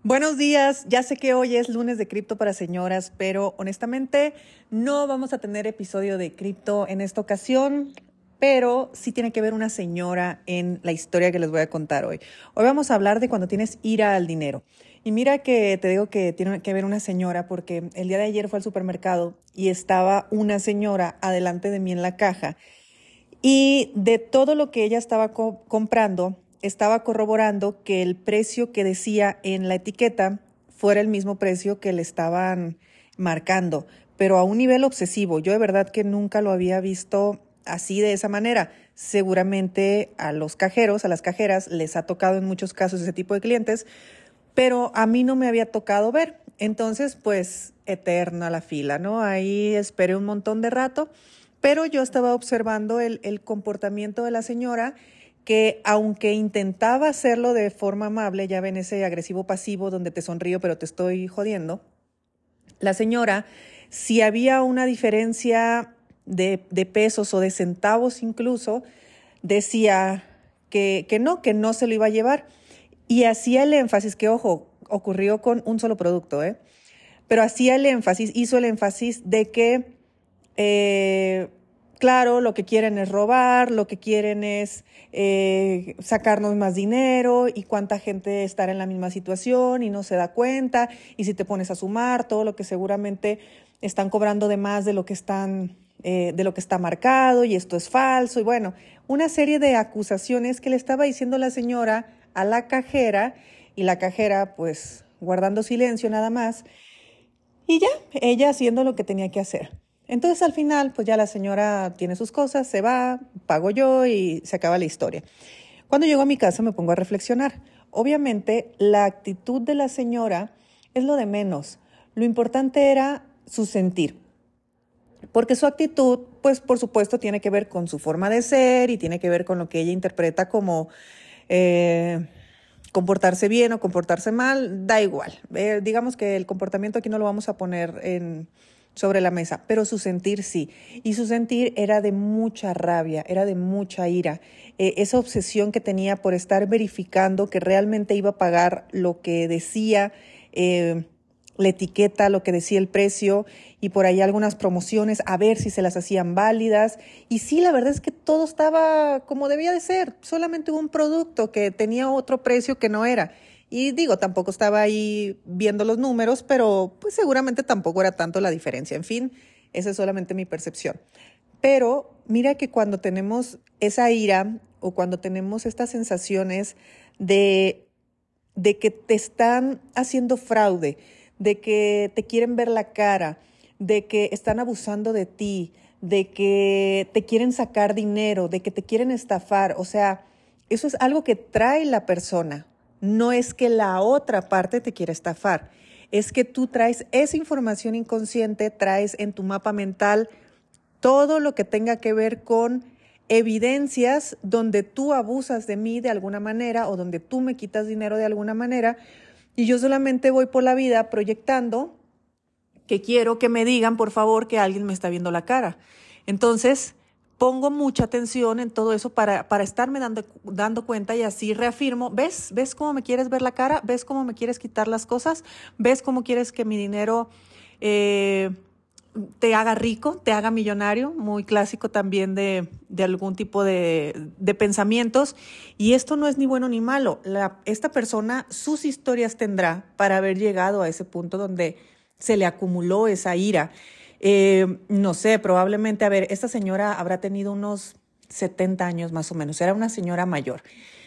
Buenos días, ya sé que hoy es lunes de cripto para señoras, pero honestamente no vamos a tener episodio de cripto en esta ocasión, pero sí tiene que ver una señora en la historia que les voy a contar hoy. Hoy vamos a hablar de cuando tienes ira al dinero. Y mira que te digo que tiene que ver una señora porque el día de ayer fue al supermercado y estaba una señora adelante de mí en la caja y de todo lo que ella estaba comprando, estaba corroborando que el precio que decía en la etiqueta fuera el mismo precio que le estaban marcando, pero a un nivel obsesivo. Yo de verdad que nunca lo había visto así de esa manera. Seguramente a los cajeros, a las cajeras, les ha tocado en muchos casos ese tipo de clientes, pero a mí no me había tocado ver. Entonces, pues, eterna la fila, ¿no? Ahí esperé un montón de rato, pero yo estaba observando el comportamiento de la señora, que aunque intentaba hacerlo de forma amable, ya ven ese agresivo pasivo donde te sonrío pero te estoy jodiendo, la señora, si había una diferencia de pesos o de centavos incluso, decía que no se lo iba a llevar. Y hacía el énfasis, que ojo, ocurrió con un solo producto, pero hacía el énfasis, hizo el énfasis de que claro, lo que quieren es robar, lo que quieren es sacarnos más dinero y cuánta gente estará en la misma situación y no se da cuenta. Y si te pones a sumar todo lo que seguramente están cobrando de más de lo que de lo que está marcado y esto es falso. Y bueno, una serie de acusaciones que le estaba diciendo la señora a la cajera y la cajera pues guardando silencio nada más y ya, ella haciendo lo que tenía que hacer. Entonces al final, pues ya la señora tiene sus cosas, se va, pago yo y se acaba la historia. Cuando llego a mi casa me pongo a reflexionar. Obviamente la actitud de la señora es lo de menos. Lo importante era su sentir. Porque su actitud, pues por supuesto, tiene que ver con su forma de ser y tiene que ver con lo que ella interpreta como comportarse bien o comportarse mal, da igual. Digamos que el comportamiento aquí no lo vamos a poner sobre la mesa, pero su sentir sí. Y su sentir era de mucha rabia, era de mucha ira. Esa obsesión que tenía por estar verificando que realmente iba a pagar lo que decía la etiqueta, lo que decía el precio y por ahí algunas promociones, a ver si se las hacían válidas. Y sí, la verdad es que todo estaba como debía de ser. Solamente hubo un producto que tenía otro precio que no era. Y digo, tampoco estaba ahí viendo los números, pero pues seguramente tampoco era tanto la diferencia. En fin, esa es solamente mi percepción. Pero mira que cuando tenemos esa ira o cuando tenemos estas sensaciones de que te están haciendo fraude, de que te quieren ver la cara, de que están abusando de ti, de que te quieren sacar dinero, de que te quieren estafar, o sea, eso es algo que trae la persona. No es que la otra parte te quiera estafar, es que tú traes esa información inconsciente, traes en tu mapa mental todo lo que tenga que ver con evidencias donde tú abusas de mí de alguna manera o donde tú me quitas dinero de alguna manera y yo solamente voy por la vida proyectando que quiero que me digan, por favor, que alguien me está viendo la cara. Entonces, pongo mucha atención en todo eso para estarme dando cuenta y así reafirmo, ¿ves cómo me quieres ver la cara? ¿Ves cómo me quieres quitar las cosas? ¿Ves cómo quieres que mi dinero te haga rico, te haga millonario? Muy clásico también de algún tipo de pensamientos. Y esto no es ni bueno ni malo. Esta persona, sus historias tendrá para haber llegado a ese punto donde se le acumuló esa ira. No sé, probablemente, a ver, esta señora habrá tenido unos 70 años más o menos, era una señora mayor.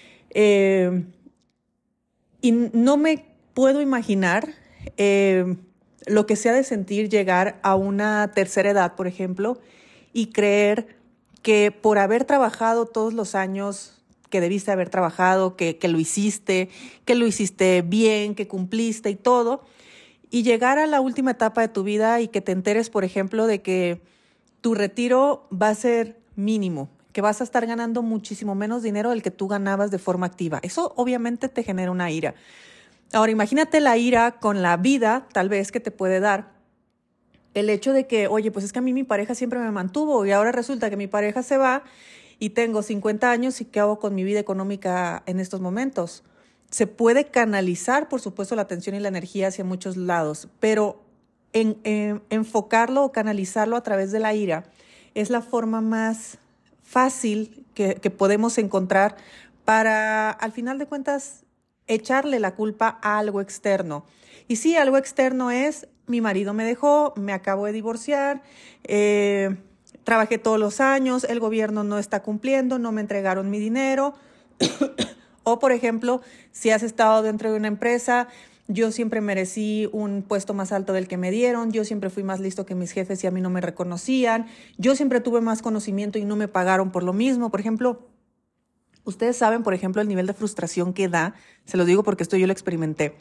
Y no me puedo imaginar lo que sea de sentir llegar a una tercera edad, por ejemplo, y creer que por haber trabajado todos los años que debiste haber trabajado, que lo hiciste bien, que cumpliste y todo, y llegar a la última etapa de tu vida y que te enteres, por ejemplo, de que tu retiro va a ser mínimo, que vas a estar ganando muchísimo menos dinero del que tú ganabas de forma activa. Eso obviamente te genera una ira. Ahora, imagínate la ira con la vida, tal vez, que te puede dar el hecho de que, oye, pues es que a mí mi pareja siempre me mantuvo y ahora resulta que mi pareja se va y tengo 50 años y ¿qué hago con mi vida económica en estos momentos? se puede canalizar, por supuesto, la atención y la energía hacia muchos lados, pero enfocarlo o canalizarlo a través de la ira es la forma más fácil que podemos encontrar para, al final de cuentas, echarle la culpa a algo externo. Y sí, algo externo es, mi marido me dejó, me acabo de divorciar, trabajé todos los años, el gobierno no está cumpliendo, no me entregaron mi dinero. O, por ejemplo, si has estado dentro de una empresa, yo siempre merecí un puesto más alto del que me dieron, yo siempre fui más listo que mis jefes y a mí no me reconocían, yo siempre tuve más conocimiento y no me pagaron por lo mismo. Por ejemplo, ustedes saben, por ejemplo, el nivel de frustración que da, se lo digo porque yo lo experimenté,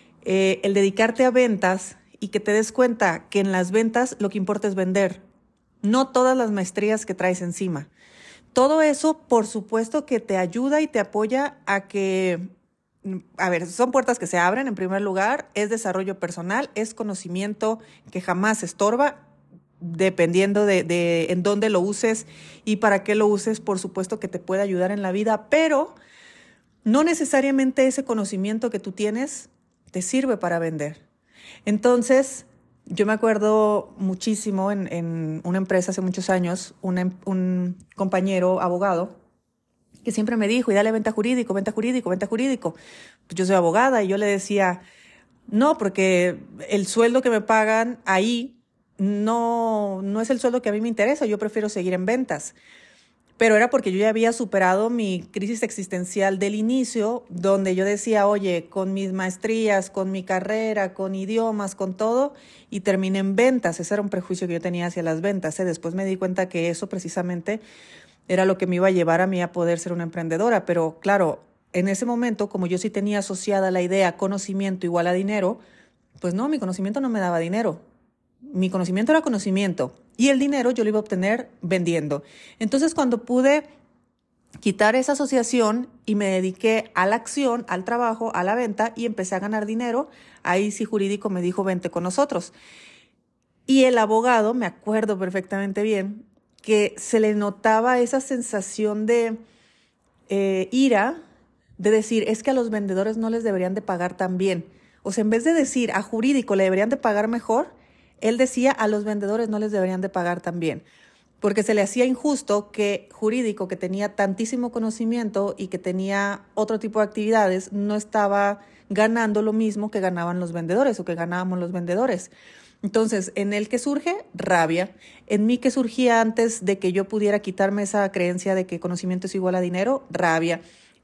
el dedicarte a ventas y que te des cuenta que en las ventas lo que importa es vender, no todas las maestrías que traes encima. Todo eso, por supuesto, que te ayuda y te apoya a que, a ver, son puertas que se abren en primer lugar, es desarrollo personal, es conocimiento que jamás estorba, dependiendo de en dónde lo uses y para qué lo uses, por supuesto que te puede ayudar en la vida, pero no necesariamente ese conocimiento que tú tienes te sirve para vender. Entonces, yo me acuerdo muchísimo en una empresa hace muchos años, un compañero abogado que siempre me dijo, y dale venta jurídico, venta jurídico, venta jurídico. Pues yo soy abogada y yo le decía, no, porque el sueldo que me pagan ahí no es el sueldo que a mí me interesa, yo prefiero seguir en ventas. Pero era porque yo ya había superado mi crisis existencial del inicio, donde yo decía, oye, con mis maestrías, con mi carrera, con idiomas, con todo, y terminé en ventas. Ese era un prejuicio que yo tenía hacia las ventas. Después me di cuenta que eso precisamente era lo que me iba a llevar a mí a poder ser una emprendedora. Pero claro, en ese momento, como yo sí tenía asociada la idea conocimiento igual a dinero, pues no, mi conocimiento no me daba dinero. Mi conocimiento era conocimiento y el dinero yo lo iba a obtener vendiendo. Entonces, cuando pude quitar esa asociación y me dediqué a la acción, al trabajo, a la venta y empecé a ganar dinero, ahí sí Jurídico me dijo, vente con nosotros. Y el abogado, me acuerdo perfectamente bien, que se le notaba esa sensación de ira, de decir, es que a los vendedores no les deberían de pagar tan bien. O sea, en vez de decir a Jurídico le deberían de pagar mejor, él decía a los vendedores no les deberían de pagar tan bien, porque se le hacía injusto que Jurídico, que tenía tantísimo conocimiento y que tenía otro tipo de actividades, no estaba ganando lo mismo que ganaban los vendedores o que ganábamos los vendedores. Entonces, en él que surge rabia, en mí que surgía antes de que yo pudiera quitarme esa creencia de que conocimiento es igual a dinero, rabia.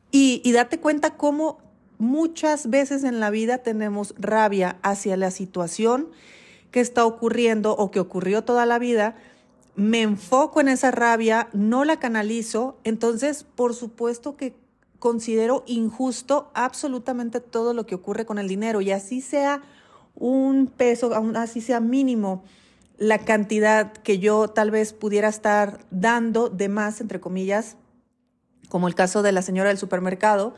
Y date cuenta cómo muchas veces en la vida tenemos rabia hacia la situación que está ocurriendo o que ocurrió toda la vida, me enfoco en esa rabia, no la canalizo, entonces por supuesto que considero injusto absolutamente todo lo que ocurre con el dinero y así sea un peso, así sea mínimo la cantidad que yo tal vez pudiera estar dando de más, entre comillas, como el caso de la señora del supermercado.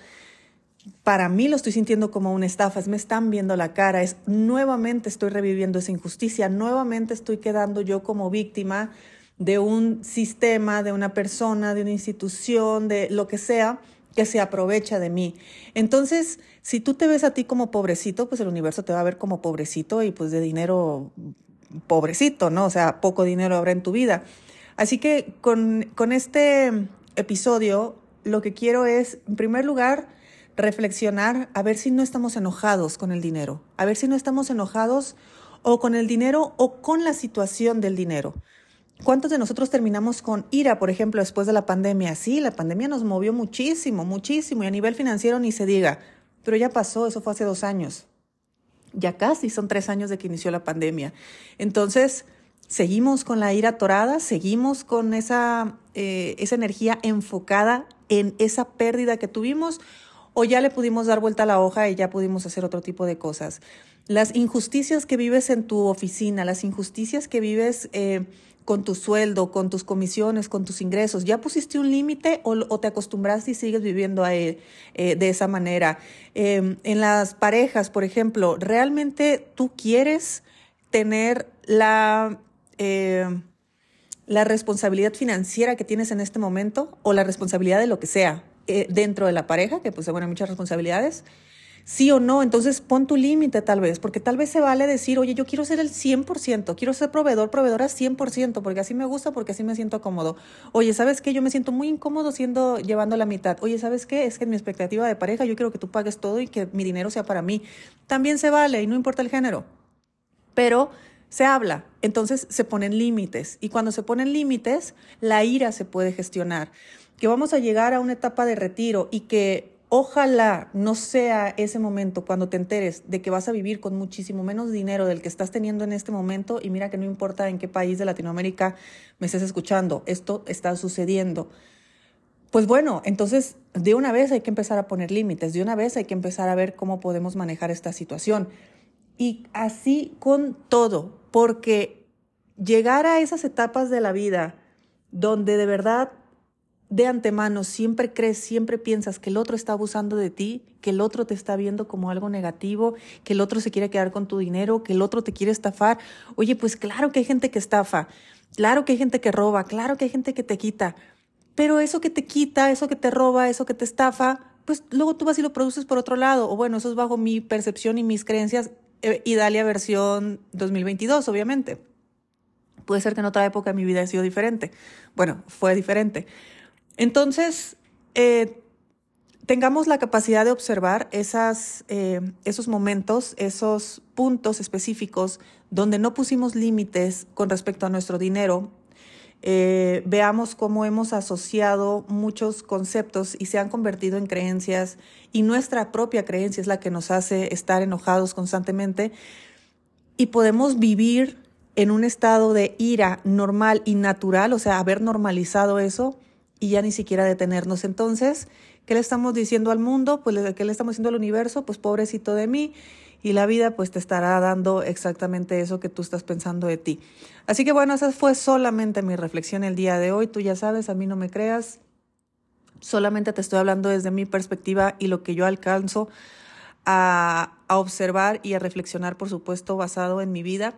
Para mí lo estoy sintiendo como una estafa, me están viendo la cara, nuevamente estoy reviviendo esa injusticia, nuevamente estoy quedando yo como víctima de un sistema, de una persona, de una institución, de lo que sea, que se aprovecha de mí. Entonces, si tú te ves a ti como pobrecito, pues el universo te va a ver como pobrecito y pues de dinero pobrecito, ¿no? O sea, poco dinero habrá en tu vida. Así que con este episodio, lo que quiero es, en primer lugar, reflexionar a ver si no estamos enojados con el dinero, a ver si no estamos enojados o con el dinero o con la situación del dinero. ¿Cuántos de nosotros terminamos con ira, por ejemplo, después de la pandemia? Sí, la pandemia nos movió muchísimo, muchísimo y a nivel financiero ni se diga, pero ya pasó, eso fue hace 2 años. Ya casi son 3 años de que inició la pandemia. Entonces, seguimos con la ira atorada, seguimos con esa energía enfocada en esa pérdida que tuvimos, o ya le pudimos dar vuelta a la hoja y ya pudimos hacer otro tipo de cosas. Las injusticias que vives en tu oficina, las injusticias que vives con tu sueldo, con tus comisiones, con tus ingresos, ¿ya pusiste un límite o te acostumbraste y sigues viviendo de esa manera? En las parejas, por ejemplo, ¿realmente tú quieres tener la responsabilidad financiera que tienes en este momento o la responsabilidad de lo que sea? dentro de la pareja, que pues bueno, hay muchas responsabilidades. Sí o no, entonces pon tu límite tal vez, porque tal vez se vale decir, oye, yo quiero ser el 100%, quiero ser proveedora 100%, porque así me gusta, porque así me siento cómodo. Oye, ¿sabes qué? Yo me siento muy incómodo llevando la mitad. Oye, ¿sabes qué? Es que en mi expectativa de pareja yo quiero que tú pagues todo y que mi dinero sea para mí. También se vale y no importa el género, pero se habla, entonces se ponen límites y cuando se ponen límites, la ira se puede gestionar. Que vamos a llegar a una etapa de retiro y que ojalá no sea ese momento cuando te enteres de que vas a vivir con muchísimo menos dinero del que estás teniendo en este momento, y mira que no importa en qué país de Latinoamérica me estés escuchando, esto está sucediendo. Pues bueno, entonces de una vez hay que empezar a poner límites, de una vez hay que empezar a ver cómo podemos manejar esta situación. Y así con todo, porque llegar a esas etapas de la vida donde de verdad de antemano siempre crees, siempre piensas que el otro está abusando de ti, que el otro te está viendo como algo negativo, que el otro se quiere quedar con tu dinero, que el otro te quiere estafar. Oye, pues claro que hay gente que estafa, claro que hay gente que roba, claro que hay gente que te quita, pero eso que te quita, eso que te roba, eso que te estafa, pues luego tú vas y lo produces por otro lado. O bueno, eso es bajo mi percepción y mis creencias, Idalia versión 2022, obviamente. Puede ser que en otra época de mi vida haya sido diferente. Bueno, fue diferente. Entonces, tengamos la capacidad de observar esos momentos, esos puntos específicos donde no pusimos límites con respecto a nuestro dinero. Veamos cómo hemos asociado muchos conceptos y se han convertido en creencias, y nuestra propia creencia es la que nos hace estar enojados constantemente, y podemos vivir en un estado de ira normal y natural, o sea, haber normalizado eso y ya ni siquiera detenernos. Entonces, ¿qué le estamos diciendo al mundo? Pues, ¿qué le estamos diciendo al universo? Pues pobrecito de mí, y la vida pues te estará dando exactamente eso que tú estás pensando de ti. Así que bueno, esa fue solamente mi reflexión el día de hoy. Tú ya sabes, a mí no me creas, solamente te estoy hablando desde mi perspectiva y lo que yo alcanzo a observar y a reflexionar, por supuesto, basado en mi vida.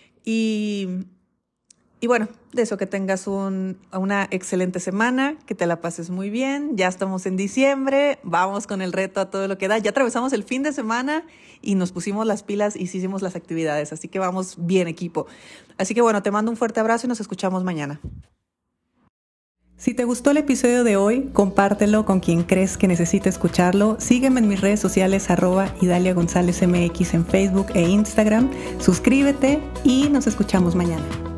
Y bueno, de eso, que tengas una excelente semana, que te la pases muy bien. Ya estamos en diciembre, vamos con el reto a todo lo que da. Ya atravesamos el fin de semana y nos pusimos las pilas y hicimos las actividades, así que vamos bien, equipo. Así que bueno, te mando un fuerte abrazo y nos escuchamos mañana. Si te gustó el episodio de hoy, compártelo con quien crees que necesite escucharlo. Sígueme en mis redes sociales @Idalia González MX en Facebook e Instagram. Suscríbete y nos escuchamos mañana.